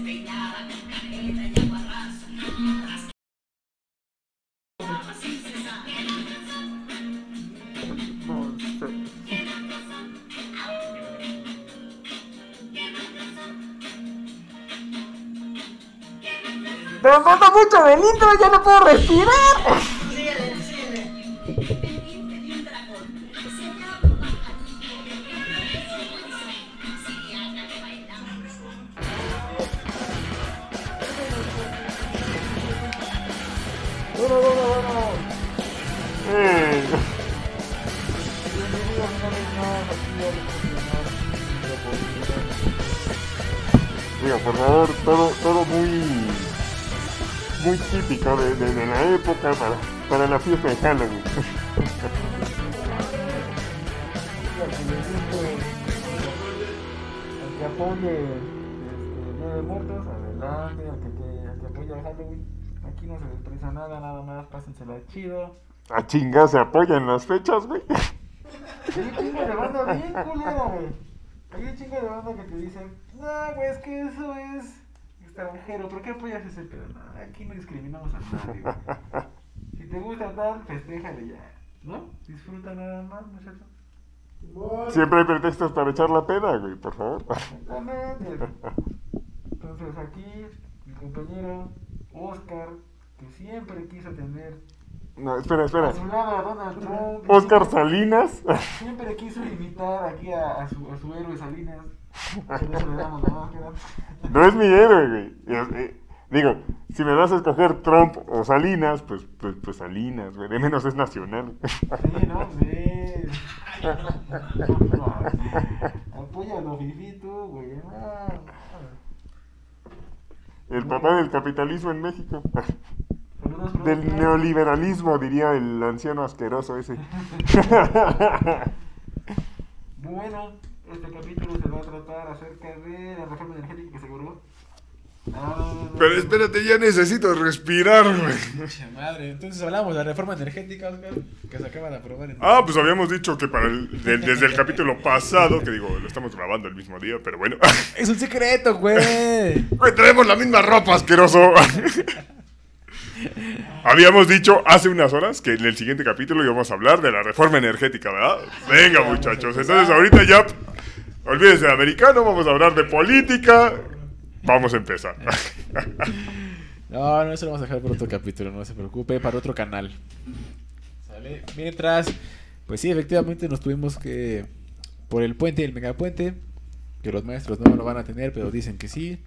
Me falta mucho del intro, ya no puedo respirar. Síguele, síguele. Digo, por favor, todo muy típico de la época para la fiesta de Halloween. Al que apoye el Día de Muertos, adelante, al que apoye a Halloween. Aquí no se despreza nada más, pásensela chido. A chingar se apoyan las fechas, güey. Hay un chingo de banda bien culera, güey. Hay un chingo de banda que te dicen, no, güey, es que eso es extranjero, ¿por qué apoyas ese pedo? No, aquí no discriminamos a nadie, güey. Si te gusta tal, festéjale ya, ¿no? Disfruta nada más, muchachos. Siempre hay pretextos para echar la peda, güey, por favor. Exactamente. Entonces aquí, mi compañero Oscar, que siempre quiso tener No, espera. a su lado a Donald Trump. Oscar Salinas. Siempre quiso imitar aquí a su héroe Salinas. Por eso le damos la máscara. No es mi héroe, güey. Digo, si me vas a escoger Trump o Salinas, pues Salinas, güey. De menos es nacional. Sí, ¿no? Sí. Apóyalo, Fifi, tú, güey. El papá del capitalismo en México. Saludos, Del productor. neoliberalismo, diría el anciano asqueroso ese. Bueno, este capítulo se va a tratar acerca de la reforma energética que aseguró. Pero espérate, ya necesito respirar, güey. Mucha madre. Entonces hablamos de la reforma energética, Oscar, que se acaba de aprobar en... Ah, pues habíamos dicho que desde el capítulo pasado, que digo, lo estamos grabando el mismo día, pero bueno. Es un secreto, güey. Güey, traemos la misma ropa, asqueroso. Habíamos dicho hace unas horas que en el siguiente capítulo íbamos a hablar de la reforma energética, ¿verdad? Venga, muchachos. Entonces ahorita ya, olvídense de americano, vamos a hablar de política. Vamos a empezar. No, eso lo vamos a dejar por otro capítulo, no se preocupe, para otro canal. ¿Sale? Mientras, pues sí, efectivamente nos tuvimos que... Por el puente y el megapuente, que los maestros no lo van a tener, pero dicen que sí.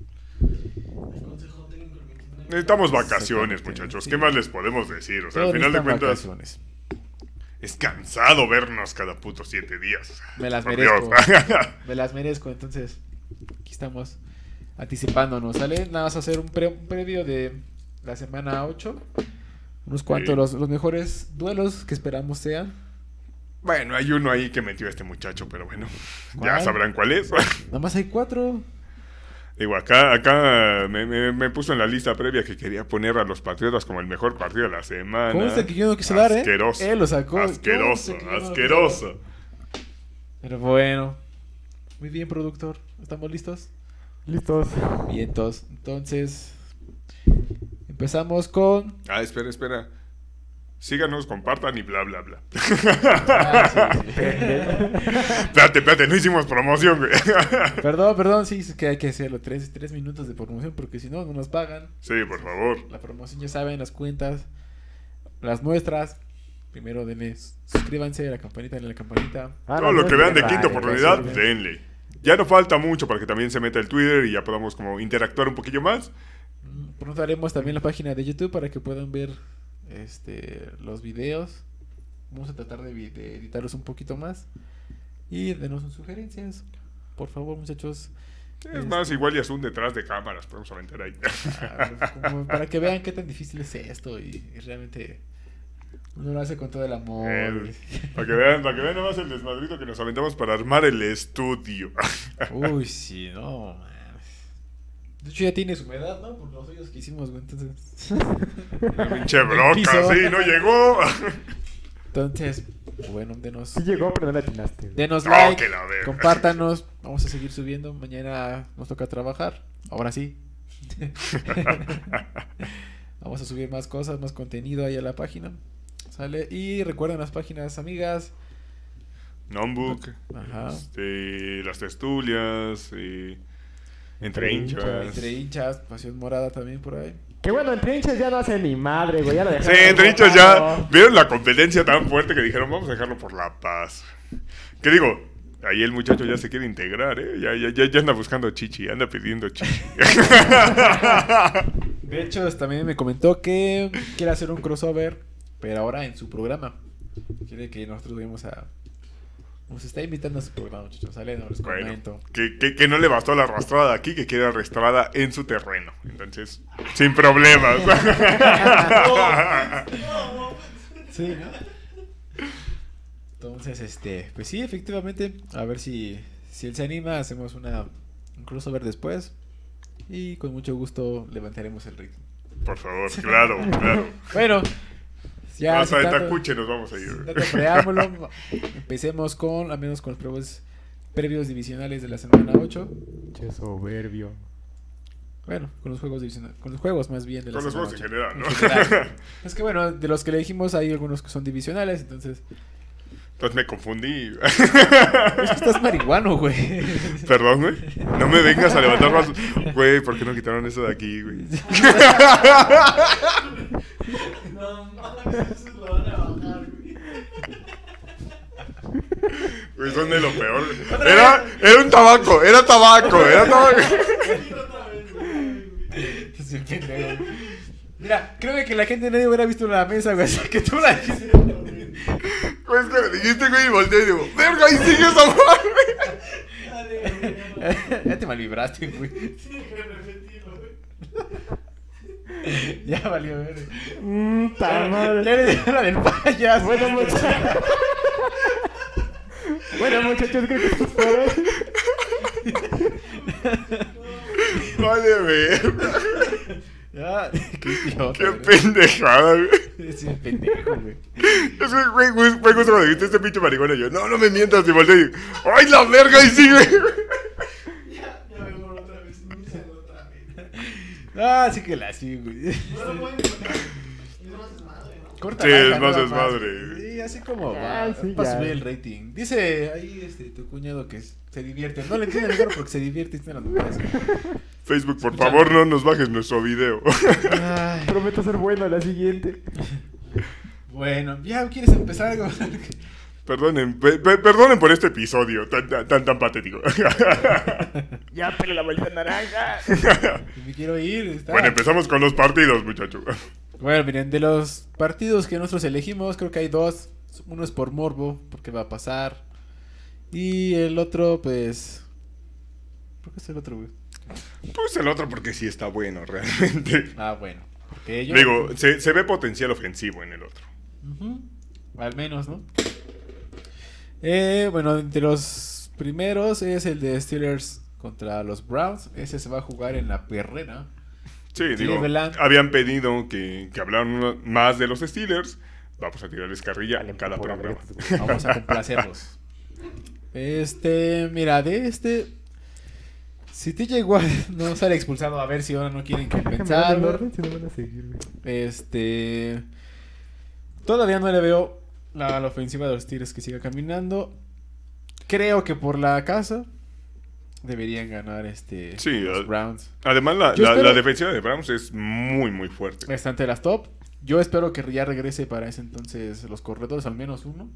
Necesitamos vacaciones, muchachos. ¿Qué más les podemos decir? O sea, al Todos final de necesitan cuentas, vacaciones. es cansado vernos cada puto 7 días. O sea, Me las por merezco. Dios. Me las merezco, entonces aquí estamos anticipándonos, ¿sale? Nada más hacer un previo de la semana 8. Unos cuantos, Sí. los mejores duelos que esperamos sean. Bueno, hay uno ahí que metió a este muchacho, pero bueno, ya ¿Cuál? sabrán cuál es. Nada más hay 4. Digo, acá me puso en la lista previa que quería poner a los Patriotas como el mejor partido de la semana. Conste que yo no quise dar, Asqueroso. Él lo sacó. Asqueroso, Conste que yo no lo asqueroso. quise dar. Pero bueno. Muy bien, productor. ¿Estamos listos? Listos. Vientos. Entonces, empezamos con... Ah, espera. Síganos, compartan y bla, bla, bla. Ah, sí. Espérate, no hicimos promoción, güey. Perdón, sí, es que hay que hacerlo. 3 minutos de promoción porque si no, no nos pagan. Sí, por favor. La promoción, ya saben, las cuentas, las nuestras. Primero denle, suscríbanse a la campanita, denle la campanita. Todo lo que vean de quinta Vale, oportunidad, gracias. denle. Ya no falta mucho para que también se meta el Twitter y ya podamos como interactuar un poquillo más. Pronto haremos también la página de YouTube para que puedan ver los videos. Vamos a tratar de editarlos un poquito más. Y denos sus sugerencias. Por favor, muchachos. Es más, igual ya es un detrás de cámaras, podemos aventar ahí. Como para que vean qué tan difícil es esto. Y realmente uno lo hace con todo el amor. Para que vean nomás el desmadrito que nos aventamos para armar el estudio. Uy, sí, no, man. De hecho ya tiene su humedad, ¿no? Por los hoyos que hicimos, güey, entonces... Una pinche El broca, piso. sí, no llegó. Entonces, Bueno, denos, Sí llegó, pero no la atinaste. denos Oh, like, que la verga. compártanos. Vamos a seguir subiendo. Mañana nos toca trabajar. Ahora sí. Vamos a subir más cosas, más contenido ahí a la página. ¿Sale? Y recuerden las páginas amigas. Numbbook, Ajá. las tertulias, entre hinchas. Entre hinchas, Pasión Morada también por ahí. Que bueno, entre hinchas ya no hace ni madre, güey. Ya lo Sí, dejaron. entre hinchas ya botado. vieron la competencia tan fuerte que dijeron, vamos a dejarlo por la paz. ¿Qué digo? Ahí el muchacho ya se quiere integrar, ¿eh? Ya anda buscando chichi, anda pidiendo chichi. De hecho, también me comentó que quiere hacer un crossover, pero ahora en su programa. Quiere que nosotros vayamos a... Nos está invitando a su programa, muchachos. Sale, no les Bueno, comento. que no le bastó la arrastrada aquí, que quiere arrastrada en su terreno. Entonces, sin problemas. Sí, ¿no? Entonces, pues sí, efectivamente, a ver si él se anima, hacemos un crossover después y con mucho gusto levantaremos el ritmo. Por favor, claro. Bueno, ya Hasta de sin tanto- Tacuche nos vamos a sin ir. tanto preámbulo, empecemos al menos con los previos divisionales de la semana 8. Che, soberbio. Bueno, con los juegos divisionales, con los juegos más bien de la Con los semana juegos en 8. general, ¿no? En general. Es que bueno, de los que le dijimos hay algunos que son divisionales, entonces... Entonces me confundí. Es que estás marihuano, güey. Perdón, güey. No me vengas a levantar más. Güey, ¿por qué no quitaron eso de aquí, güey? No mames, eso lo van a bajar, güey. Güey, son de lo peor. Era un tabaco, era tabaco. Otra vez, güey. Sí, pendejo. Mira, creo que la gente nadie hubiera visto la mesa, güey, así que tú la dijiste. Güey, es que me dijiste, güey, y volteé y digo, verga, ahí sigue esa madre. Dale, güey. Ya te malvibraste, güey. Tiene que repetirlo, güey. Ya valió ver. Ta madre. Ya le dije la del payaso. Bueno, bueno, muchachos, creo que esto es todo. Vale, verga. Ya, qué idiota. Qué güey. pendejada, güey. Sí, pendejo, güey. Es que, güey, fue justo cuando dijiste este pinche marihuana. Y yo, no me mientas. Y volteé y digo, ¡ay, la verga! Y sigue. Ya mejor otra vez. Inicialo otra vez. Ah, sí que la sí, güey. No lo pueden cortar. Es más desmadre, ¿no? Corta Sí, la es nada más desmadre. Sí, así como Ah, va. sí, Para ya. subir el rating. Dice ahí tu cuñado que se divierte. No le entiende mejor porque se divierte y tiene las mujeres. Facebook, por favor, no nos bajes nuestro video. Ay, Prometo ser bueno la siguiente. bueno, ya quieres empezar algo. Perdonen por este episodio tan patético. Ya, pero la maldita naranja. Me quiero ir. Está. Bueno, empezamos con los partidos, muchachos. Bueno, miren, de los partidos que nosotros elegimos, creo que hay dos. Uno es por morbo, porque va a pasar. Y el otro, pues... ¿Por qué es el otro, güey? Pues el otro porque sí está bueno, realmente. Ah, bueno. Porque yo... Digo, se ve potencial ofensivo en el otro. Ujú. Al menos, ¿no? Bueno, entre los primeros es el de Steelers contra los Browns. Ese se va a jugar en la Perrera. Sí, digo, Cleveland. habían pedido que hablaran más de los Steelers. Vamos a tirarles carrilla en cada Por programa. abiertos, güey. Vamos a complacerlos. Mira, de este... Si TJ Watt no sale expulsado, a ver si ahora no quieren Déjame dar el compensarlo. orden, si no van a seguir, güey. Todavía no le veo la ofensiva de los Steelers que siga caminando. Creo que por la casa deberían ganar Sí, los Browns. Además, Yo espero- la defensiva de Browns es muy, muy fuerte. Están entre las top. Yo espero que ya regrese para ese entonces los corredores, al menos uno.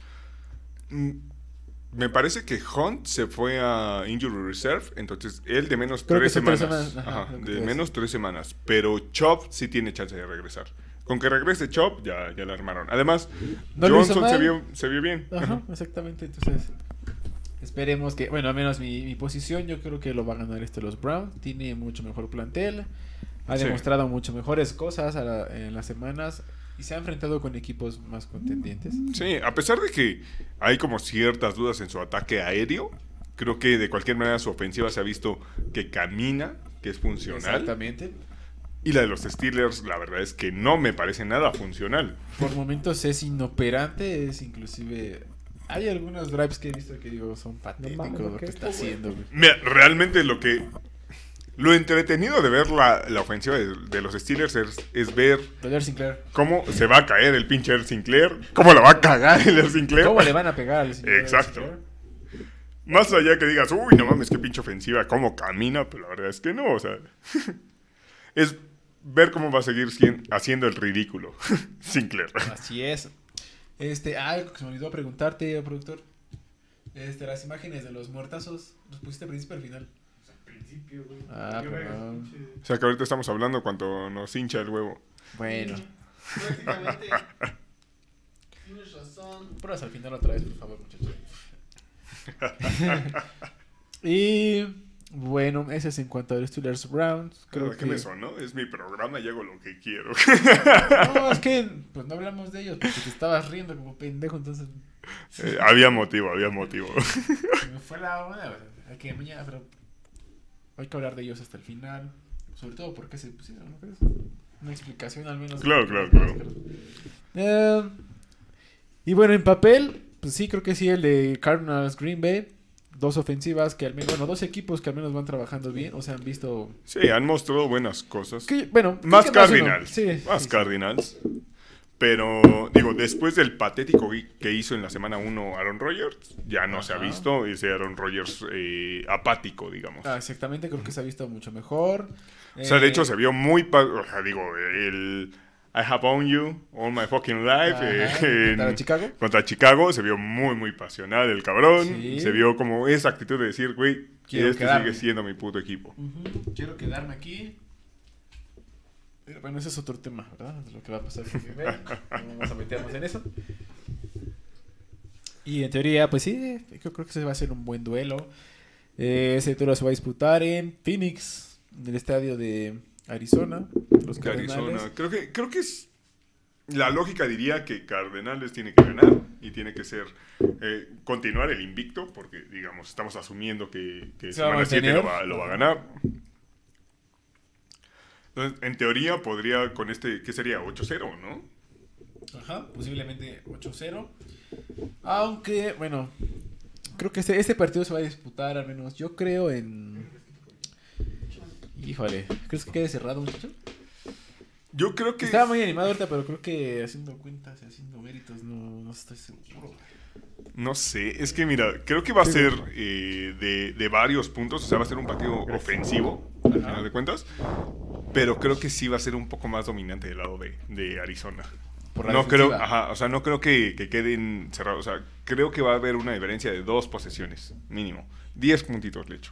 Me parece que Hunt se fue a Injury Reserve, entonces él de menos Creo que 3 son 3 semanas. semanas, ajá, Ajá, lo que de te menos 3 semanas. Pero Chop sí tiene chance de regresar. Con que regrese Chop, ya la armaron. Además, No lo hizo Johnson mal. se vio bien. Ajá, exactamente. Entonces, esperemos que, bueno, al menos mi posición, yo creo que lo va a ganar los Browns. Tiene mucho mejor plantel. Ha Sí. demostrado mucho mejores cosas en las semanas. Y se ha enfrentado con equipos más contendientes. Sí, a pesar de que hay como ciertas dudas en su ataque aéreo, creo que de cualquier manera su ofensiva se ha visto que camina, que es funcional. Exactamente. Y la de los Steelers, la verdad es que no me parece nada funcional. Por momentos es inoperante, es inclusive... Hay algunos drives que he visto que digo, son patéticos mames, lo ¿qué que es está esto, güey? haciendo, güey. Mira, realmente lo entretenido de ver la ofensiva de los Steelers es ver Tyler Sinclair. cómo se va a caer el pinche Earl Sinclair, cómo la va a cagar el Earl Sinclair. ¿Cómo le van a pegar al señor Exacto. Sinclair? Más allá que digas, uy, no mames, qué pinche ofensiva, cómo camina, pero la verdad es que no, o sea, es ver cómo va a seguir haciendo el ridículo Sinclair. Así es. Algo que se me olvidó preguntarte, productor. Las imágenes de los muertazos, ¿los pusiste al principio o al final? Al principio, güey. Ah, Yo veo perdón. pinche- O sea que ahorita estamos hablando cuando nos hincha el huevo. Bueno, Prácticamente. Tienes razón. pruebas al final otra vez, por favor, muchachos. Y bueno, ese es en cuanto a los Steelers Browns. Creo ¿Qué que... me sonó? Es mi programa y hago lo que quiero. No, es que pues no hablamos de ellos porque te estabas riendo como pendejo, entonces Había motivo. se me fue la onda. Hay que mañana, pero hay que hablar de ellos hasta el final. Sobre todo porque se pusieron, ¿no crees? Una explicación al menos. Claro. Y bueno, en papel, pues sí, creo que sí, el de Cardinals Green Bay. Dos ofensivas que al menos, bueno, dos equipos que al menos van trabajando bien, o sea, han visto... Sí, han mostrado buenas cosas. Bueno, Más creo que uno. Cardinals. Sí, Más sí. Cardinals. Pero, digo, después del patético que hizo en la semana 1 Aaron Rodgers, ya no se ha Ajá. visto ese Aaron Rodgers apático, digamos. Ah, exactamente, creo que se ha visto mucho mejor. O sea, de hecho, se vio muy... o sea, digo, el I have owned you all my fucking life Ajá, ¿contra Chicago? contra Chicago se vio muy pasional el cabrón. Sí. Se vio como esa actitud de decir, güey, Quiero este quedarme. sigue siendo mi puto equipo. Ujú, quiero quedarme aquí. Pero bueno, ese es otro tema, ¿verdad? De lo que va a pasar con Green Bay. No vamos a meternos en eso. Y en teoría, pues sí, yo creo que ese va a ser un buen duelo. Ese duelo se va a disputar en Phoenix, en el estadio de Arizona. Los De Cardenales. Arizona. Creo que es... La lógica diría que Cardenales tiene que ganar y tiene que ser... continuar el invicto, porque, digamos, estamos asumiendo que Se va a semana 7 mantener. lo va a ganar. Entonces, en teoría podría con ¿qué sería? 8-0, ¿no? Ajá, posiblemente 8-0. Aunque, bueno, creo que este partido se va a disputar al menos, yo creo en... Híjole, ¿crees que quede cerrado, muchacho? Yo creo que... Estaba muy animado ahorita, pero creo que haciendo cuentas y haciendo méritos no estoy seguro. No sé, es que mira, creo que va a ser de varios puntos, o sea, va a ser un partido ofensivo, al final de cuentas, pero creo que sí va a ser un poco más dominante del lado de Arizona. Por la No creo, defensiva. o sea, no creo que queden cerrados, o sea, creo que va a haber una diferencia de 2 posesiones, mínimo. 10 puntitos le echo.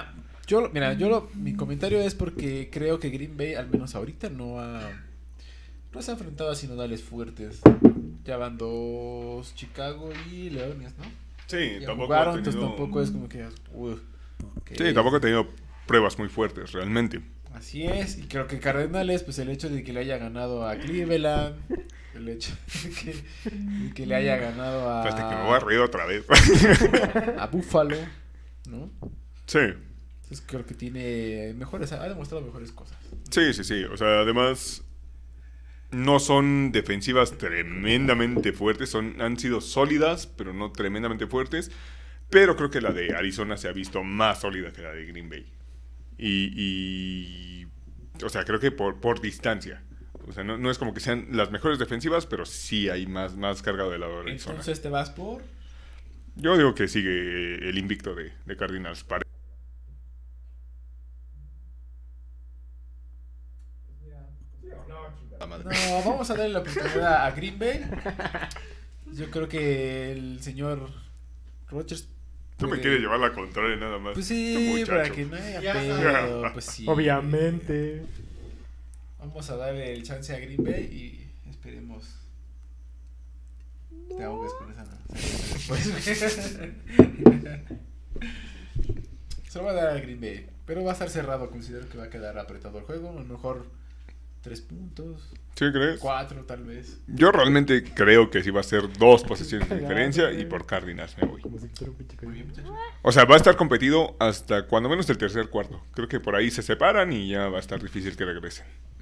Mi comentario es porque creo que Green Bay, al menos ahorita, no se ha enfrentado a sinodales fuertes. Ya van 2 Chicago y Leones, ¿no? Sí, Ya tampoco jugaron, ha entonces tenido... tampoco es como que... ok. Sí, tampoco ha tenido pruebas muy fuertes, realmente. Así es, y creo que Cardenales, pues el hecho de que le haya ganado a Cleveland, el hecho de que le haya ganado a... Hasta que me voy a reír otra vez. a Buffalo, ¿no? Sí. Entonces creo que ha demostrado mejores cosas. Sí. O sea, además, no son defensivas tremendamente fuertes. Han sido sólidas, pero no tremendamente fuertes. Pero creo que la de Arizona se ha visto más sólida que la de Green Bay. O sea, creo que por distancia. O sea, no es como que sean las mejores defensivas, pero sí hay más cargado del lado de Arizona. Entonces te vas por... Yo digo que sigue el invicto de Cardinals. No, vamos a darle la oportunidad a Green Bay. Yo creo que el señor Rodgers... Tú me puede- quieres llevar la contraria nada más. Pues Este sí, muchacho. para que no haya Ya pedo, pues sí. Obviamente. Vamos a darle el chance a Green Bay y esperemos te ahogues con esa después. Se lo va a dar a Green Bay, pero va a estar cerrado. Considero que va a quedar apretado el juego. A lo mejor 3 puntos, ¿Sí crees? 4 tal vez. Yo realmente creo que sí va a ser 2 posiciones de diferencia y por Cardinals me voy. Como si fuera un pinche Muy bien, muchachos. O sea, va a estar competido hasta cuando menos el tercer cuarto. Creo que por ahí se separan y ya va a estar difícil que regresen.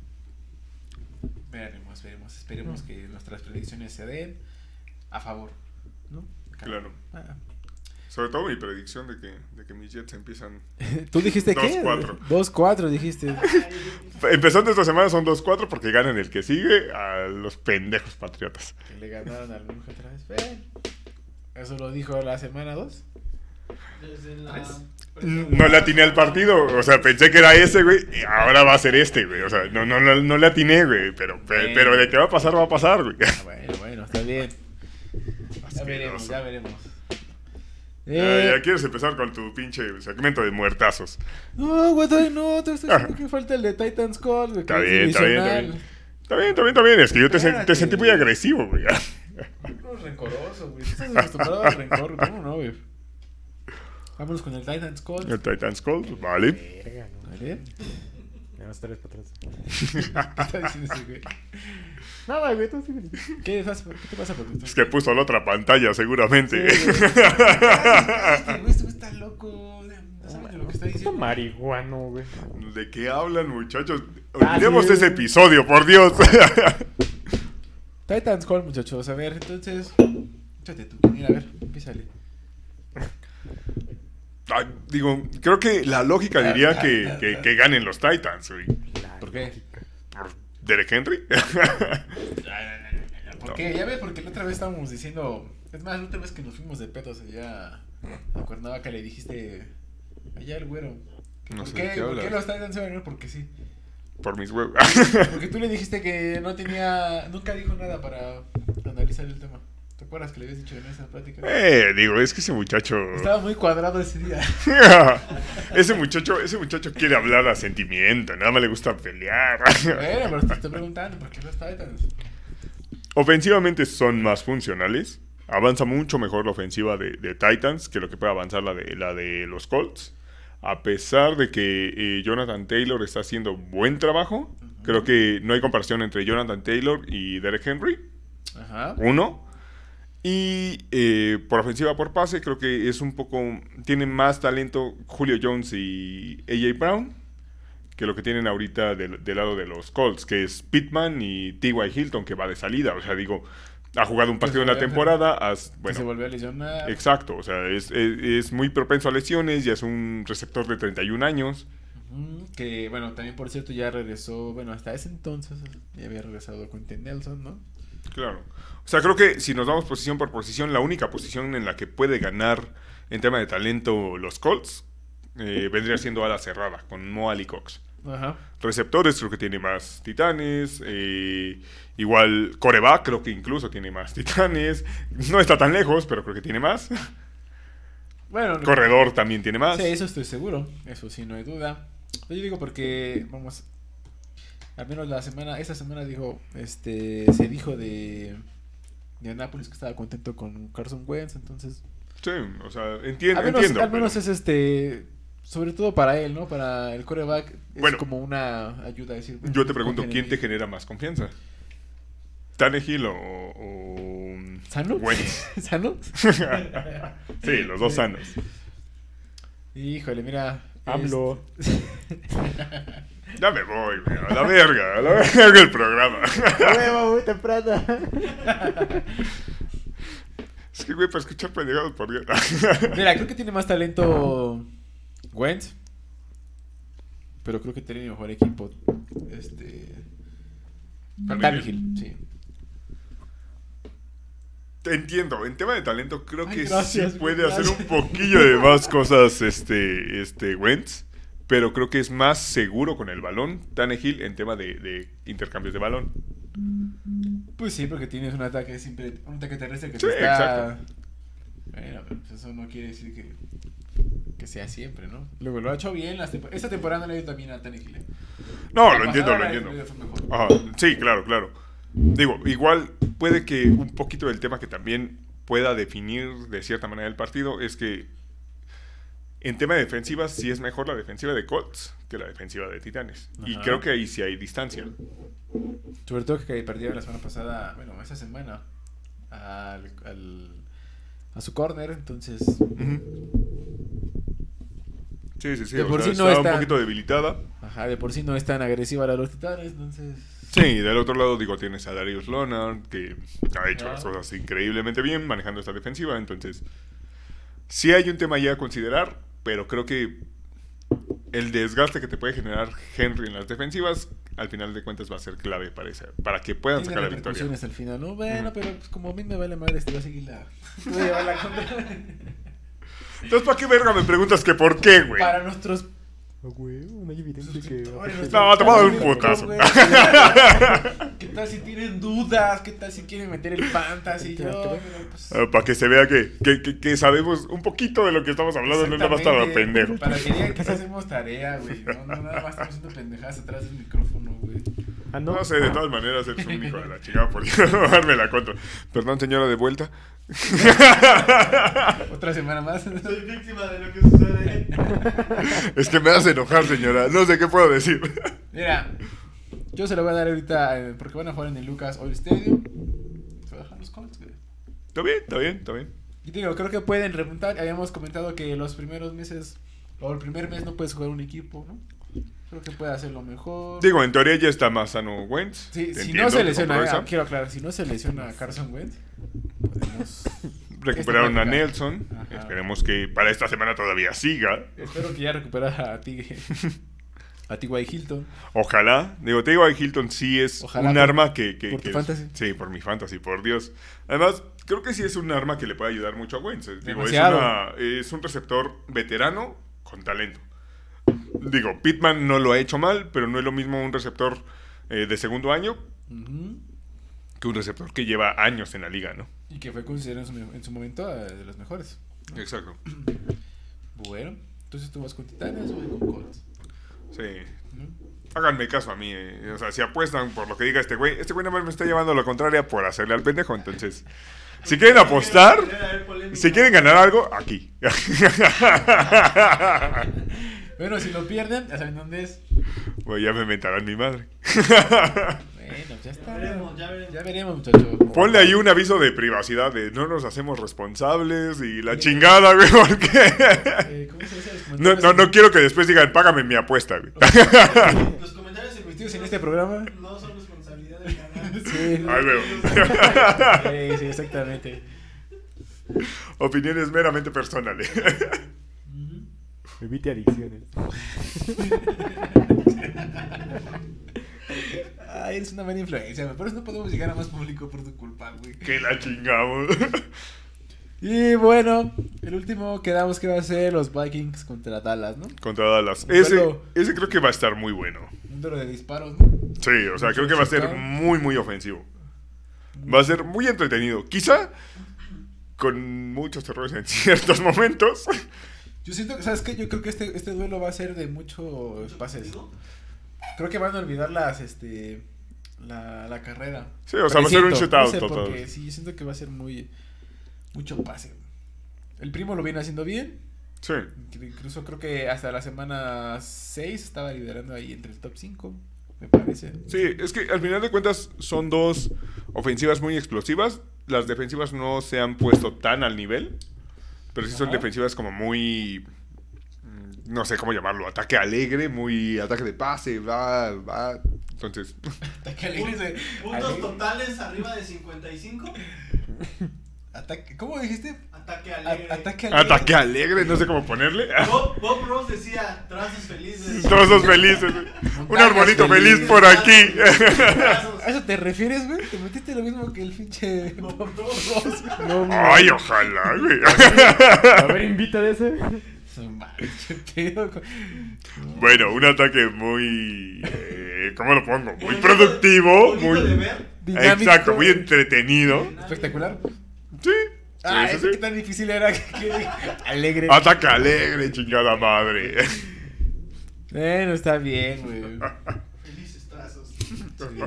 Esperemos que nuestras predicciones se den a favor, ¿no? Claro. Ah. Sobre todo mi predicción de que mis Jets empiezan... ¿Tú dijiste qué? 2-4. 2-4 dijiste. Empezando esta semana son 2-4 porque ganan el que sigue a los pendejos Patriotas. Que le ganaron al monje otra vez. Ven. Eso lo dijo la semana 2. Desde la... No le atiné al partido, o sea, pensé que era ese, güey, y ahora va a ser este, güey. O sea, no le atiné, güey, pero de qué va a pasar, güey. Bueno, está bien. Ya veremos. Ya quieres empezar con tu pinche segmento de muertazos. No, güey, todavía no. Te estoy diciendo que falta el de Titans Call, güey. Está bien. Está bien. Es que yo te sentí muy agresivo, güey. No, rencoroso, güey. Estás acostumbrado al rencor. ¿Cómo no, güey? Vámonos con el Titans Call. El Titans Call, vale. Verga, no. ¿Vale? Ya vas 3 para atrás. ¿Qué está diciendo ese güey? Nada, güey, tú sí. ¿Qué te pasa? Es que puso la otra pantalla, seguramente. Este güey está loco. No sabe de lo que está Puto diciendo. marihuano, güey. ¿De qué hablan, muchachos? Olvidemos sí. ese episodio, por Dios. Titans Call, muchachos. A ver, entonces. Échate tú. Mira, a ver, empiézale. Ay, digo, creo que la lógica diría que ganen los Titans, güey. ¿Por qué? ¿Por Derek Henry? ¿Por qué? Ya ves, porque la otra vez estábamos diciendo. Es más, la otra vez que nos fuimos de pedos allá a Cuernavaca le dijiste. Allá el güero. No ¿Por sé qué? de qué ¿Por qué hablas. los Titans se van a ganar? Porque sí. Por mis huevos. Porque tú le dijiste que no tenía. Nunca dijo nada para analizar el tema. ¿Te acuerdas que le habías dicho en esa plática? Digo, es que ese muchacho... Estaba muy cuadrado ese día. ese muchacho quiere hablar a sentimiento, nada más le gusta pelear. Bueno, pero te estoy preguntando, ¿por qué los Titans? Ofensivamente son más funcionales. Avanza mucho mejor la ofensiva de Titans que lo que puede avanzar la de los Colts. A pesar de que Jonathan Taylor está haciendo buen trabajo, creo que no hay comparación entre Jonathan Taylor y Derek Henry. Ajá. Uno. Y por ofensiva, por pase, creo que es un poco... Tienen más talento Julio Jones y A.J. Brown que lo que tienen ahorita del lado de los Colts, que es Pittman y T.Y. Hilton, que va de salida. O sea, digo, ha jugado un partido en la temporada. Se volvió a lesionar. Exacto, o sea, es muy propenso a lesiones, ya es un receptor de 31 años. Que, bueno, también por cierto ya regresó, bueno, hasta ese entonces ya había regresado Quentin Nelson, ¿no? Claro. O sea, creo que si nos vamos posición por posición, la única posición en la que puede ganar en tema de talento los Colts vendría siendo ala cerrada, con Mo Alley-Cox. Ajá. Receptores creo que tiene más titanes. Igual coreback creo que incluso tiene más titanes. No está tan lejos, pero creo que tiene más. Bueno, Corredor también tiene más. Sí, eso estoy seguro. Eso sí, no hay duda. Yo digo porque, vamos, al menos esta semana dijo, se dijo de Nápoles que estaba contento con Carson Wentz, entonces... Sí, o sea, entiendo. Al menos es sobre todo para él, ¿no? Para el quarterback es Bueno, como una ayuda a decir... Yo te pregunto, ¿quién te genera más confianza? ¿Tannehill o ¿Sano? Wentz? ¿Sano? Sí, los dos sanos. Híjole, mira... AMLO. Ya me voy, güey, a la verga el programa. Huevo, muy temprano. Es que, güey, para escuchar pendejados por Dios. Mira, creo que tiene más talento Wentz, pero creo que tiene mejor equipo. Tannehill, sí. Te entiendo, en tema de talento creo que gracias, sí puede gracias. hacer un poquillo de más cosas Wentz, pero creo que es más seguro con el balón Tannehill en tema de intercambios de balón. Pues sí, porque tienes un ataque terrestre que Sí, te está... exacto. Bueno, pues eso no quiere decir que sea siempre, ¿no? Luego lo ha hecho bien esta temporada no le ha ido también a Tannehill. No, La lo entiendo. pasada fue mejor. Ajá, sí, claro. Digo, igual puede que un poquito del tema que también pueda definir de cierta manera el partido es que en tema de defensivas sí es mejor la defensiva de Colts que la defensiva de Titanes. Ajá. Y creo que ahí sí hay distancia. Sobre todo que perdieron la semana pasada, bueno, esta semana, a su corner, entonces... Sí. De O por sea, sí no está está- un poquito debilitada. Ajá, de por sí no es tan agresiva la de los Titanes, entonces... Sí, del otro lado, digo, tienes a Darius Leonard, que ha hecho las cosas increíblemente bien manejando esta defensiva. Entonces, sí hay un tema ya a considerar, pero creo que el desgaste que te puede generar Henry en las defensivas, al final de cuentas va a ser clave para que puedan Tiene sacar la victoria. repercusiones al final, ¿no? Bueno, pero pues como a mí me vale madre, voy a seguir voy a llevar la contra. Entonces, ¿para qué verga me preguntas que por qué, güey? Para nuestros... Güey, no hay evidencia que... No, te voy a dar un putazo. Güey. ¿Qué tal si tienen dudas? ¿Qué tal si quieren meter el fantasy? Yo, pues, Para que se vea que sabemos un poquito de lo que estamos hablando, no nada más estar a pendejo. Para que digan que sí hacemos tarea, güey. No, nada más estamos haciendo pendejadas atrás del micrófono, güey. Ah, no. No sé, de todas maneras eres un hijo de la chingada por darme la contra. Perdón, señora, de vuelta. Otra semana más. Soy víctima de lo que sucede. Es que me hace enojar, señora. No sé qué puedo decir. Mira, yo se lo voy a dar ahorita porque van a jugar en el Lucas Oil Stadium. Se va a dejar los Colts, güey. Está bien, está bien, está bien. Y digo, creo que pueden remontar. Habíamos comentado que los primeros meses o el primer mes no puedes jugar un equipo, ¿no? Creo que puede hacerlo mejor. Digo, en teoría ya está más sano Wentz. Sí, si Entiendo, no se te lesiona, compro esa. quiero aclarar, si no se lesiona Carson Wentz, podemos Recuperaron a esta práctica. Nelson. Ajá. Esperemos que para esta semana todavía siga. Espero que ya recuperara a ti, T.Y. Hilton. Ojalá. Digo, T.Y. Hilton sí es Ojalá un por- arma que por tu es- fantasy. Sí, por mi fantasy, por Dios. Además, creo que sí es un arma que le puede ayudar mucho a Wentz. Digo, Demasiado. es un receptor veterano con talento. Digo, Pittman no lo ha hecho mal, pero no es lo mismo un receptor de segundo año Ujú. que un receptor que lleva años en la liga, ¿no? Y que fue considerado en su momento de los mejores. Exacto. Bueno, entonces tú vas con Titanes o con Colts. Sí. ¿No? Háganme caso a mí. O sea, si apuestan por lo que diga este güey nada más me está llevando a la contraria por hacerle al pendejo. Entonces, si quieren apostar, si quieren ganar algo, aquí. Bueno, si lo pierden, ya saben dónde es. Bueno, ya me mentarán mi madre. Bueno, ya está. Ya veremos. Ya veremos, muchachos. Ponle ahí un aviso de privacidad de no nos hacemos responsables y la chingada, güey, porque ¿Cómo se dice? Los no comentarios quiero que después digan, págame mi apuesta, güey. Los comentarios emitidos en este programa. no son responsabilidad del canal. Sí. Ahí veo. Sí, exactamente. Opiniones meramente personales. Evite adicciones. Ay, eres una buena influencia, güey. Por eso no podemos llegar a más público por tu culpa, güey. Que la chingamos. Y bueno, el último quedamos que va a ser los Vikings contra Dallas, ¿no? Contra Dallas. Bueno. Ese creo que va a estar muy bueno. Un duelo de disparos, ¿no? Sí, o sea, creo que va a ser muy, muy ofensivo. Va a ser muy entretenido. Quizá con muchos errores en ciertos momentos. Yo siento que, ¿sabes qué? Yo creo que este duelo va a ser de muchos pases. Creo que van a olvidar la carrera. Sí, o sea, va a ser un Presiento, shootout no sé, total. porque sí, yo siento que va a ser mucho pase. El primo lo viene haciendo bien. Sí. Incluso creo que hasta la semana 6 estaba liderando ahí entre el top 5, me parece. Sí, es que al final de cuentas son dos ofensivas muy explosivas. Las defensivas no se han puesto tan al nivel, pero sí son Ajá. defensivas como muy, no sé cómo llamarlo, ataque alegre, muy ataque de pase, va. Entonces, Ataque alegre. Puntos totales arriba de 55. ¿Cómo dijiste? Ataque alegre. Ataque alegre. ataque alegre, no sé cómo ponerle. Bob Ross decía trazos felices. Todos felices. Un Montañas arbolito feliz felices. por aquí. Trazos. ¿A eso te refieres, güey? ¿Te metiste lo mismo que el pinche Bob Ross? No, Ay, ojalá, güey. a ver, invita de ese. Su madre, qué pedo. Bueno, un ataque muy, ¿cómo lo pongo? Muy Bonito- productivo, bonito muy, de ver. Dinámico. exacto, muy entretenido. Espectacular. Sí. Ah, sí, es sí, que sí. tan difícil era que alegre. Ataque alegre, chingada madre. Bueno, está bien, güey. Felices trazos. Sí.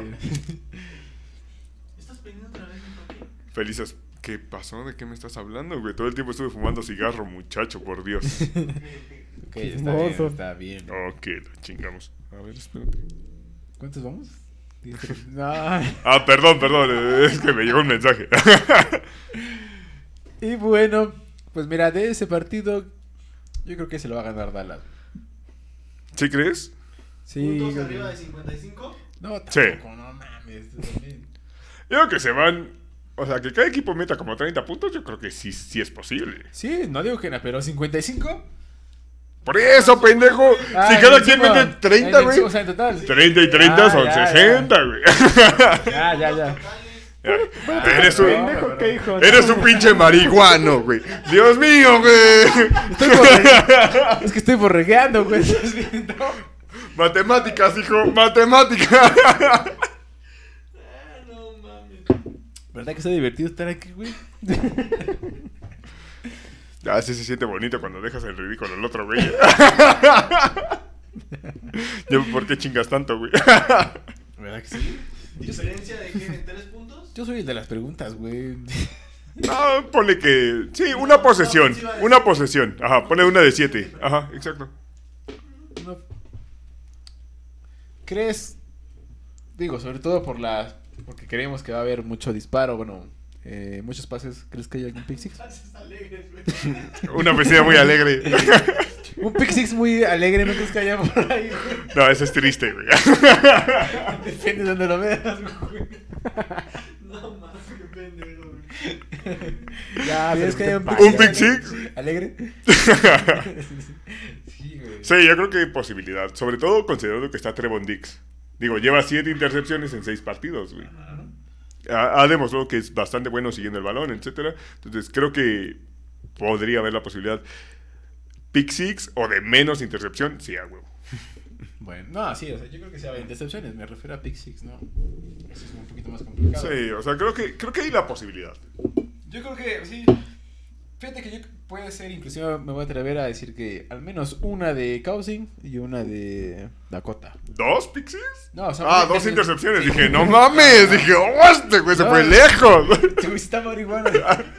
¿Estás prendiendo otra vez un toque? Felices. ¿Qué pasó? ¿De qué me estás hablando, güey? Todo el tiempo estuve fumando cigarro, muchacho, por Dios. Ok, está Mozo. bien, está bien. Ok, la chingamos. A ver, espérate. ¿Cuántos vamos? No. Ah, perdón, es que me llegó un mensaje. Y bueno, pues mira, de ese partido, yo creo que se lo va a ganar Dallas. ¿Sí crees? Sí, Puntos creo arriba de que- 55. No, Sí. tampoco, no mames. Tú también. Yo creo que se van... O sea, que cada equipo meta como 30 puntos, yo creo que sí es posible. Sí, no digo que no, pero 55. Por eso, pendejo. Si cada quien mete 30, güey. O sea, en total. 30 y 30 son ya, 60, güey. Ya. Eres un pinche marihuano, güey. Dios mío, güey. Es que estoy borregueando, güey. ¿Estás viendo? Matemáticas, hijo, matemáticas. No mames. ¿Verdad que está divertido estar aquí, güey? Ah, sí se siente bonito cuando dejas el ridículo al otro, güey. Yo, ¿por qué chingas tanto, güey? ¿Verdad que sí? ¿Diferencia de qué? ¿De 3 puntos? Yo soy el de las preguntas, güey. No, ponle que... Sí, una posesión. Una posesión. Ajá, ponle una de 7. Ajá, exacto. No. ¿Crees? Digo, sobre todo porque creemos que va a haber mucho disparo, bueno, muchos pases. ¿Crees que hay algún pick six? Haces alegres, güey. Una poesía muy alegre. Un pick six muy alegre, ¿no crees que haya por ahí, güey? No, eso es triste, güey. Depende de donde lo veas, güey. No mames, qué pendejo, güey. Ya, ¿crees que haya ¿Un pick six? alegre? Sí, güey. Sí, yo creo que hay posibilidad. Sobre todo considerando que está Trevon Diggs. Digo, lleva 7 intercepciones en 6 partidos, güey. Ha demostrado que es bastante bueno siguiendo el balón, etcétera. Entonces, creo que podría haber la posibilidad. Pick six o de menos intercepción, sí, a huevo. Bueno, no, sí, o sea, yo creo que sea 20 intercepciones, me refiero a pick six, ¿no? Eso es un poquito más complicado. Sí, o sea, creo que hay la posibilidad. Yo creo que sí. Fíjate que puede ser, inclusive me voy a atrever a decir que al menos una de Cousins y una de Dakota. ¿2 pick six? No, o sea, 2 intercepciones. Dije, no mames. Dije, este güey se fue No. lejos. Este güey está marihuana.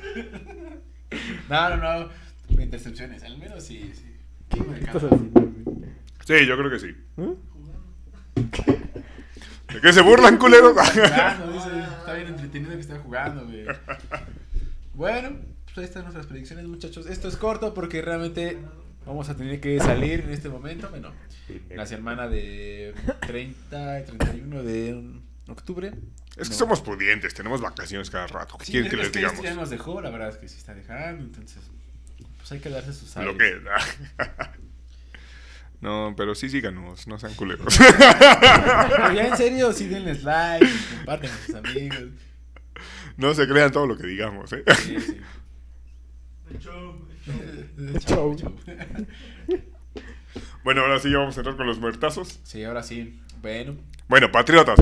No. Intercepciones, al menos sí. ¿Qué hijo de cada? Sí, yo creo que sí. ¿De qué se burlan, culeros? Jugando, dice, está bien entretenido que está jugando, güey. Bueno, pues ahí están nuestras predicciones, muchachos. Esto es corto porque realmente vamos a tener que salir en este momento. Bueno, la semana de 30 y 31 de octubre. Es que somos pudientes, tenemos vacaciones cada rato. ¿Qué Sí, quieren que es les que digamos? esto ya nos dejó, la verdad es que sí está dejando, entonces pues hay que darse sus Lo aires. que es. No, pero sí síganos, no sean culeros. Pero ya en serio, sí denles like, comparten con sus amigos. No se crean todo lo que digamos, ¿eh? Sí. El show. Chau. Bueno, ahora sí ya vamos a entrar con los muertazos. Sí, ahora sí. Bueno, patriotas.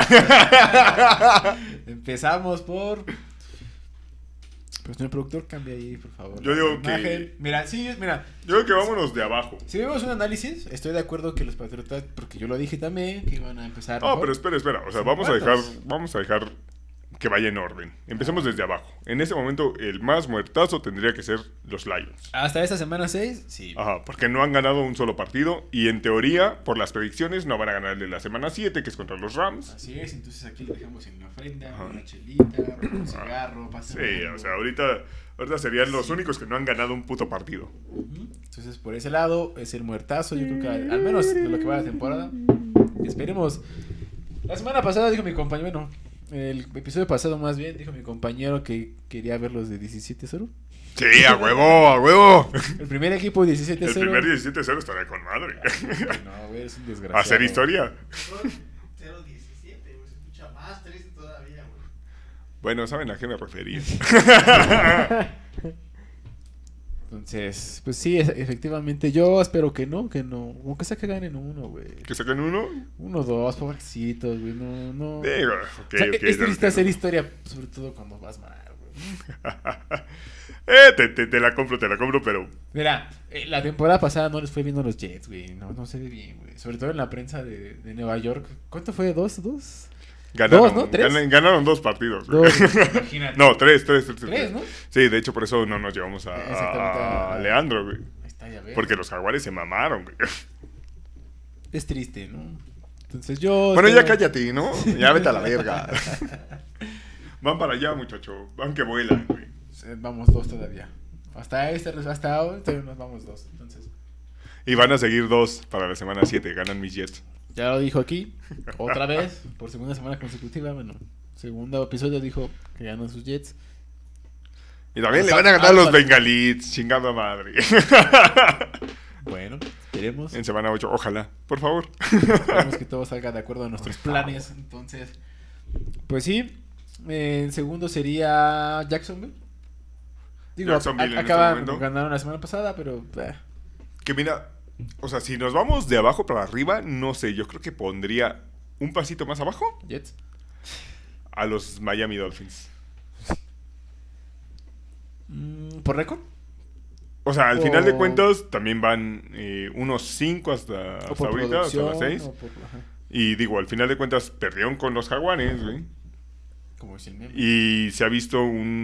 Empezamos por... Pues señor productor, cambia ahí, por favor. Yo la digo imagen. que- Mira, Yo creo que vámonos de abajo. si vemos un análisis, estoy de acuerdo que los Patriotas, porque yo lo dije también, que iban a empezar No, mejor. pero espera. O sea, Son vamos muertos. a dejar que vaya en orden. Empecemos desde abajo. En ese momento, el más muertazo tendría que ser los Lions. Hasta esta semana 6, sí. Ajá, porque no han ganado un solo partido. Y en teoría, por las predicciones, no van a ganar el de la semana 7, que es contra los Rams. Así es, entonces aquí lo dejamos en la ofrenda, Ajá. una chelita, un cigarro, Sí, o sea, ahorita serían los únicos que no han ganado un puto partido. Entonces, por ese lado, es el muertazo, yo creo que al menos de lo que va la temporada. Esperemos. La semana pasada dijo mi compañero, bueno, el episodio pasado más bien, dijo mi compañero que quería ver los de 17-0. Sí, a huevo, a huevo. El primer equipo 17-0. El primer 17-0 estará con madre. No, güey, es un desgraciado. Hacer historia. 0-17, güey. Se escucha más triste todavía, güey. Bueno, ¿saben a qué me refería? Entonces, pues sí, efectivamente, yo espero que no, aunque sea que ganen uno, güey. ¿Que saquen uno? 1-2, pobrecitos, güey, no. Digo, ok, O sea, ok. es ya triste entiendo. hacer historia, sobre todo cuando vas mal, güey. Te la compro, pero... Mira, la temporada pasada no les fue bien a los Jets, güey, no se ve bien, güey. Sobre todo en la prensa de Nueva York. ¿Cuánto fue? ¿2? Ganaron, Dos, ¿no? ¿Tres? ganaron 2 partidos. güey. Imagínate. No, 3. Tres, ¿no? Sí, de hecho por eso no nos llevamos Exactamente, a Leandro, güey. Ahí está, ya ves. Porque los jaguares se mamaron, güey. Es triste, ¿no? Entonces yo... Bueno, ya espero- cállate, ¿no? Ya vete a la verga. Van para allá, muchacho. Van que vuelan, güey. Vamos 2 todavía. Hasta hoy todavía nos vamos 2, entonces... Y van a seguir 2 para la semana 7. Ganan mis Jets. Ya lo dijo aquí, otra vez, por segunda semana consecutiva. Bueno, segundo episodio dijo que ganan sus Jets. Y también le van a ganar los Bengalits, chingada madre. Bueno, esperemos. En semana 8, ojalá, por favor. Esperemos que todo salga de acuerdo a nuestros planes. Entonces, pues sí. En segundo sería Jacksonville. Digo, Jacksonville en este acaban momento. ganaron la semana pasada, pero Que mira, o sea, si nos vamos de abajo para arriba, no sé, yo creo que pondría un pasito más abajo Jets. a los Miami Dolphins. ¿Por récord? O sea, al final de O- cuentas también van unos 5 hasta ¿O por ahorita, hasta las producción, 6. o por- ajá, Y digo, al final de cuentas perdieron con los Jaguares, güey. como es el meme. Y se ha visto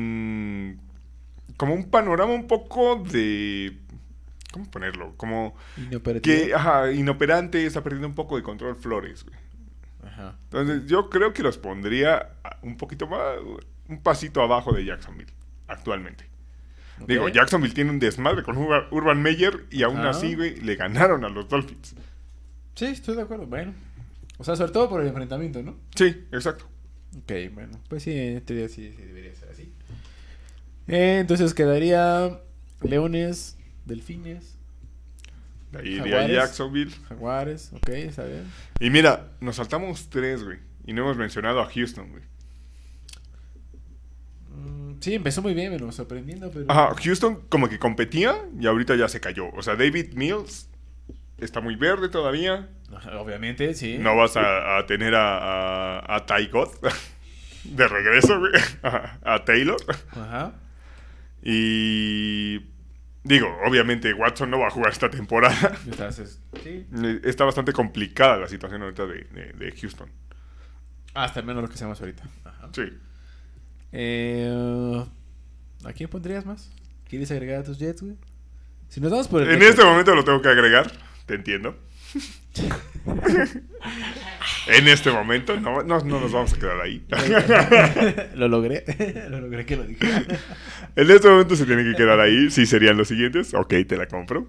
como un panorama un poco de... ¿Cómo ponerlo? Como Inoperativo. que, inoperante, está perdiendo un poco de control Flores, güey. Ajá. Entonces yo creo que los pondría un poquito más, un pasito abajo de Jacksonville, actualmente. Ok. Digo, Jacksonville tiene un desmadre con Urban Meyer y aún Ajá. así, güey, le ganaron a los Dolphins. Sí, estoy de acuerdo. Bueno. O sea, sobre todo por el enfrentamiento, ¿no? Sí, exacto. Ok, bueno. Pues sí, en teoría sí debería ser así. Entonces quedaría Leones, Delfines, De ahí de Jaguares. Jacksonville. Jaguares. Ok, está bien. Y mira, nos saltamos 3, güey. Y no hemos mencionado a Houston, güey. Sí, empezó muy bien, me sorprendiendo, pero... Ajá, Houston como que competía y ahorita ya se cayó. O sea, David Mills está muy verde todavía. Ajá, obviamente, sí. No vas a tener a Ty God de regreso, güey. A Taylor. Ajá. Y digo, obviamente Watson no va a jugar esta temporada. Entonces, sí. Está bastante complicada la situación ahorita de Houston. Hasta menos lo que sabemos ahorita. Ajá. Sí. ¿A quién pondrías más? ¿Quieres agregar a tus Jets, güey? Si nos vamos por el En récord. este momento lo tengo que agregar. Te entiendo. En este momento no nos vamos a quedar ahí. Lo logré. Lo logré que lo dijera. En este momento se tiene que quedar ahí. Sí serían los siguientes. Ok, te la compro.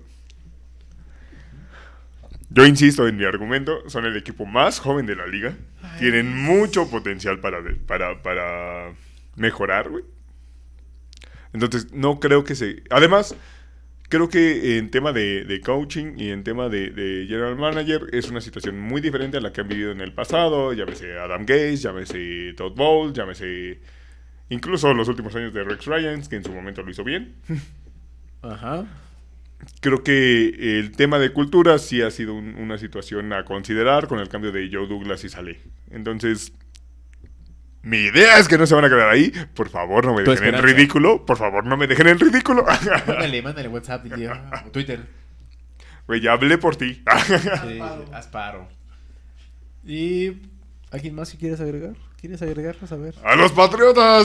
Yo insisto en mi argumento. Son el equipo más joven de la liga. Tienen mucho potencial para mejorar, güey. Entonces, no creo que se... Además, creo que en tema de coaching y en tema de general manager es una situación muy diferente a la que han vivido en el pasado. Llámese Adam Gase, llámese Todd Bowles, llámese incluso los últimos años de Rex Ryan, que en su momento lo hizo bien. Ajá. Creo que el tema de cultura sí ha sido una situación a considerar con el cambio de Joe Douglas y Saleh. Entonces, mi idea es que no se van a quedar ahí. Por favor, no me Tu dejen en esperanza. ridículo. Por favor, no me dejen en ridículo. Mándale WhatsApp y o Twitter. Güey, ya hablé por ti. Sí, Asparo. ¿Y a quién más que quieres agregar? ¿Quieres agregarnos? A ver. ¡A los Patriotas!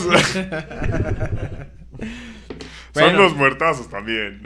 Son Bueno. los muertazos también.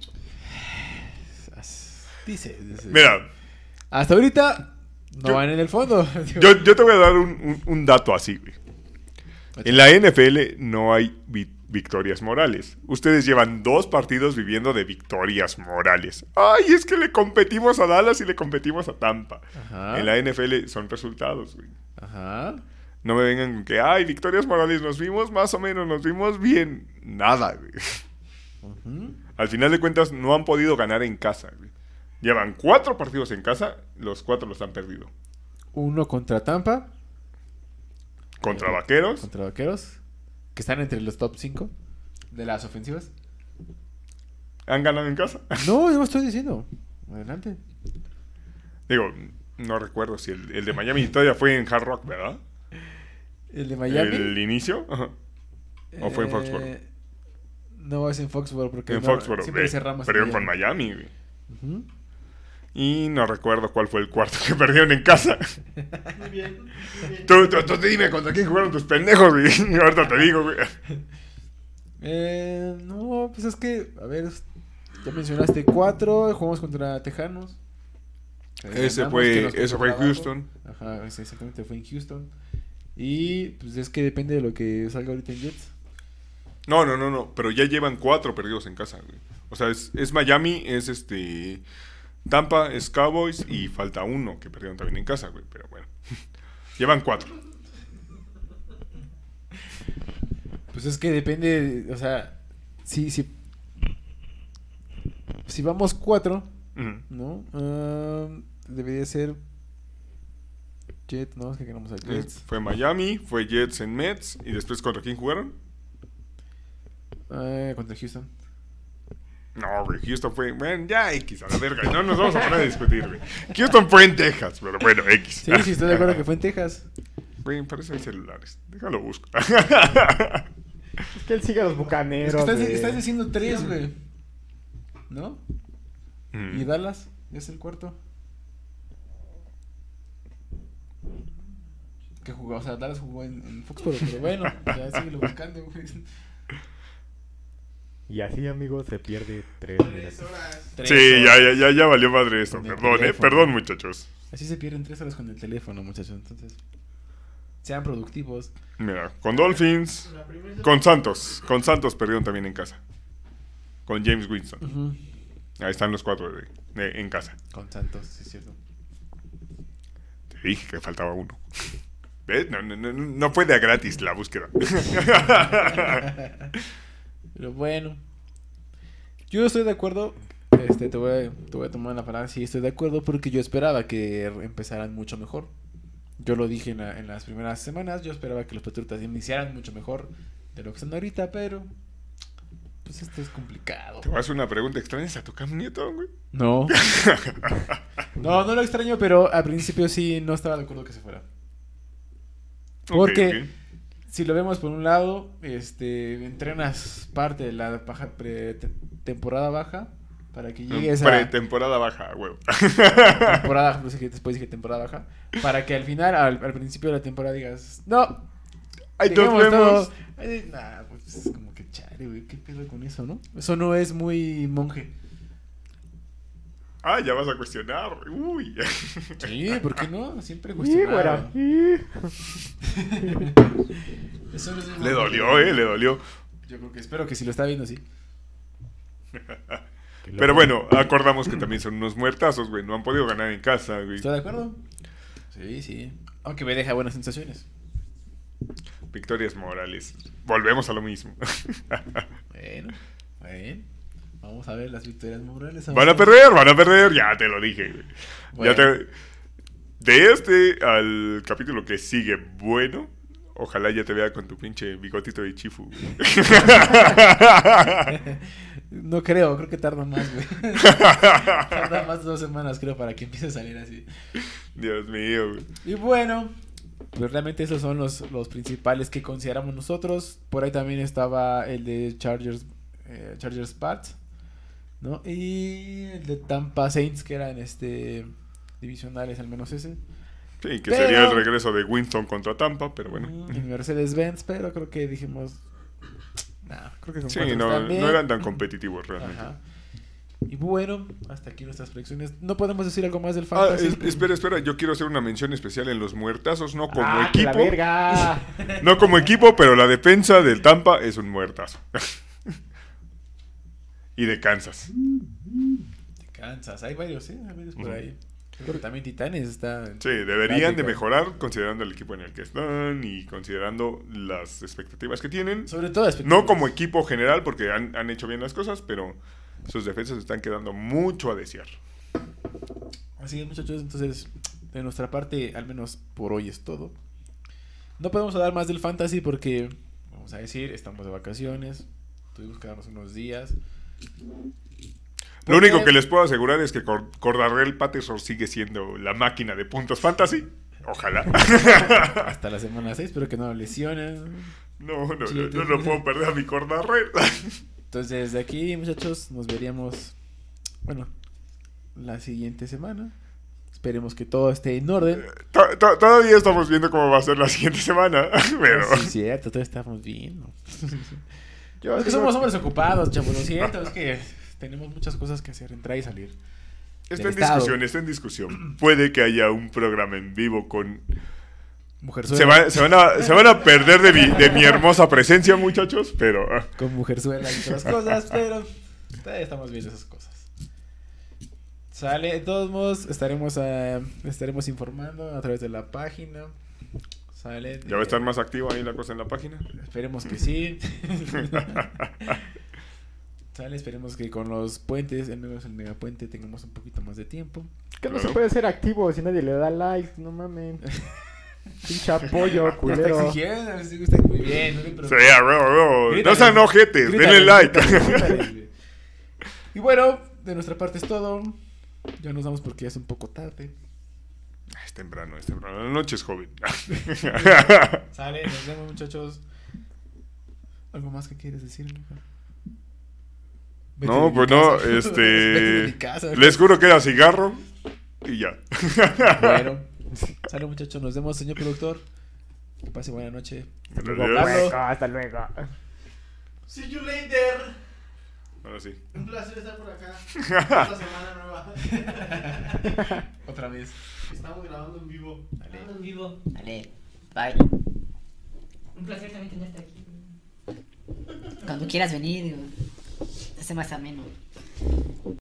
Dice. Mira, Hasta ahorita no Yo- van en el fondo. yo te voy a dar un dato así, güey. En la NFL no hay victorias morales. Ustedes llevan 2 partidos viviendo de victorias morales. Ay, es que le competimos a Dallas y le competimos a Tampa. Ajá. En la NFL son resultados, güey. Ajá. No me vengan con que, ay, victorias morales, nos vimos más o menos, nos vimos bien. Nada, güey. Ujú. Al final de cuentas, no han podido ganar en casa, güey. Llevan 4 partidos en casa, los 4 los han perdido. Uno contra Tampa. Contra Vaqueros, Contra Vaqueros. Que están entre los top 5 de las ofensivas. han ganado en casa. No, yo lo estoy diciendo. Adelante. Digo, no recuerdo si el de Miami todavía fue en Hard Rock, ¿verdad? El de Miami. El inicio. Ajá. ¿O fue en Foxborough? No, es en Foxborough porque En no, Foxborough. siempre cerramos. en Perdieron con Miami, güey. Ujú. Y no recuerdo cuál fue el cuarto que perdieron en casa. Muy bien, muy bien. Tú dime contra quién jugaron tus pendejos, güey. Ahorita te digo, güey. No, pues es que, a ver, ya mencionaste 4, jugamos contra Tejanos. Ese Ganamos, fue- que nos ese costó fue en trabajo. Houston. Ajá, ese exactamente fue en Houston. Y pues es que depende de lo que salga ahorita en Jets. No. Pero ya llevan 4 perdidos en casa, güey. O sea, es Miami, es Tampa es Cowboys y falta uno que perdieron también en casa, güey. Pero bueno, llevan 4. Pues es que depende, o sea, si vamos 4, ¿no? Debería ser Jets, no, es que ganamos a Jets. Fue Miami, fue Jets en Mets y después ¿contra quién jugaron? Contra Houston. No, güey, Houston fue... Bueno, ya X, a la verga. No nos vamos a poner a discutir, güey. Houston fue en Texas, pero bueno, X. Sí, sí, estoy de acuerdo que fue en Texas. Güey, parece hay celulares. Déjalo busco. Es que él sigue a los Es bucaneros. que estás diciendo 3, güey. ¿No? Mm. ¿Y Dallas? ¿Es el cuarto? Que jugó, o sea, Dallas jugó en Foxborough, pero bueno, ya síguelo buscando, güey. Y así, amigos, se pierde 3 3 minutos. horas. Sí, ya valió madre esto. Con el Perdón, teléfono. perdón, muchachos. Así se pierden 3 horas con el teléfono, muchachos. Entonces, sean productivos. Mira, con Dolphins, La primera con Santos perdieron también en casa. Con James Winston. Ujú. Ahí están los 4 en casa. Con Santos, sí es cierto. Te dije que faltaba uno. ¿Ves? No fue de a gratis la búsqueda. Pero bueno, yo estoy de acuerdo. Te voy a tomar la palabra. Sí, estoy de acuerdo porque yo esperaba que empezaran mucho mejor. Yo lo dije en las primeras semanas. Yo esperaba que los Patriotas iniciaran mucho mejor de lo que están ahorita, pero pues esto es complicado. Te voy a hacer una pregunta extraña. ¿A tu Cam Newton, güey? No. No lo extraño, pero al principio sí no estaba de acuerdo que se fuera. Porque Ok. si lo vemos por un lado, entrenas parte de la temporada baja para que llegues a Pretemporada baja, güey. temporada, no sé qué, después dije temporada baja, para que al final, al principio de la temporada digas, no, Ahí nos dejemos vemos. todo. Nah, pues es como que chale, güey, qué pedo con eso, ¿no? Eso no es muy monje. Ah, ya vas a cuestionar. Uy. Sí, ¿por qué no? Siempre Sí, cuestionaba. güera. Sí. Eso no es muy Le monje. dolió, le dolió. Yo creo que espero que si lo está viendo, sí. Pero bueno, acordamos que también son unos muertazos, güey. No han podido ganar en casa, güey. ¿Estás de acuerdo? Sí, sí. Aunque me deja buenas sensaciones. Victorias morales. Volvemos a lo mismo. Bueno. Vamos a ver las victorias morales. Van a perder. Ya te lo dije, güey. Bueno. De este al capítulo que sigue bueno, ojalá ya te vea con tu pinche bigotito de chifu, güey. No creo que tarda más, güey. Tarda más de 2 semanas, creo, para que empiece a salir así. Dios mío, güey. Y bueno, pues realmente esos son los principales que consideramos nosotros. Por ahí también estaba el de Chargers Pats, ¿no? Y el de Tampa Saints, que eran divisionales, al menos ese. Sí, que Pero- sería el regreso de Winston contra Tampa, pero bueno. Y Mercedes-Benz, pero creo que dijimos... creo que con Sí, 4 no están bien. eran tan competitivos realmente. Ajá. Y bueno, hasta aquí nuestras predicciones. ¿No podemos decir algo más del Ah, fantasy? espera, yo quiero hacer una mención especial en los muertazos, no como ¡Que la equipo. verga! No como equipo, pero la defensa del Tampa es un muertazo. Y de Kansas. De Kansas, hay varios, hay varios por ahí. Creo que también Titanes está... Sí, deberían de Práctica. mejorar considerando el equipo en el que están y considerando las expectativas que tienen. Sobre todo No como equipo general, porque han hecho bien las cosas, pero sus defensas están quedando mucho a desear. Así es, muchachos, entonces, de nuestra parte, al menos por hoy es todo. No podemos hablar más del fantasy porque, vamos a decir, estamos de vacaciones. Tuvimos que darnos unos días. Lo único que les puedo asegurar es que Cordarrelle Patterson sigue siendo la máquina de puntos fantasy. Ojalá. Hasta la semana 6, espero que no lo lesionen. No Sí, puedo perder a mi Cordarrelle. Entonces, de aquí, muchachos, nos veríamos, bueno, la siguiente semana. Esperemos que todo esté en orden. Todavía estamos viendo cómo va a ser la siguiente semana. Pero Sí, es cierto, todavía estamos viendo. Yo Es que digo- somos hombres ocupados, chavos, lo siento, es que tenemos muchas cosas que hacer, entrar y salir. está Del en discusión. Puede que haya un programa en vivo con... Mujerzuela. Se van a perder de mi hermosa presencia, muchachos, pero... Con mujerzuela y otras cosas, pero todavía estamos viendo esas cosas. Sale, de todos modos, estaremos informando a través de la página. Sale. ¿Ya va a estar más activa ahí la cosa en la página? Esperemos que sí. Sale, esperemos que con los puentes, el megapuente, tengamos un poquito más de tiempo. Que no se puede ser activo si nadie le da like, no mames. Pinche apoyo, Está culero. exigiendo, sí, está muy bien. No, Sí, a huevo. Grítale, No sean ojetes, grítale, denle like. grítale. Y bueno, de nuestra parte es todo. Ya nos vamos porque ya es un poco tarde. Es temprano. La noche es joven. Sale, nos vemos, muchachos. ¿Algo más que quieres decir, mijo? Vete de No, mi pues casa. no, Vete de mi casa. les juro que era cigarro y ya. Bueno, sale, muchachos, nos vemos, señor productor. Que pase buena noche. Adiós. Hasta luego. See you later. Ahora sí. Un placer estar por acá. Esta semana nueva. Otra vez. Estamos grabando en vivo. Grabando en vivo. Dale, bye. Un placer también tenerte aquí. Cuando quieras venir, hace más ameno.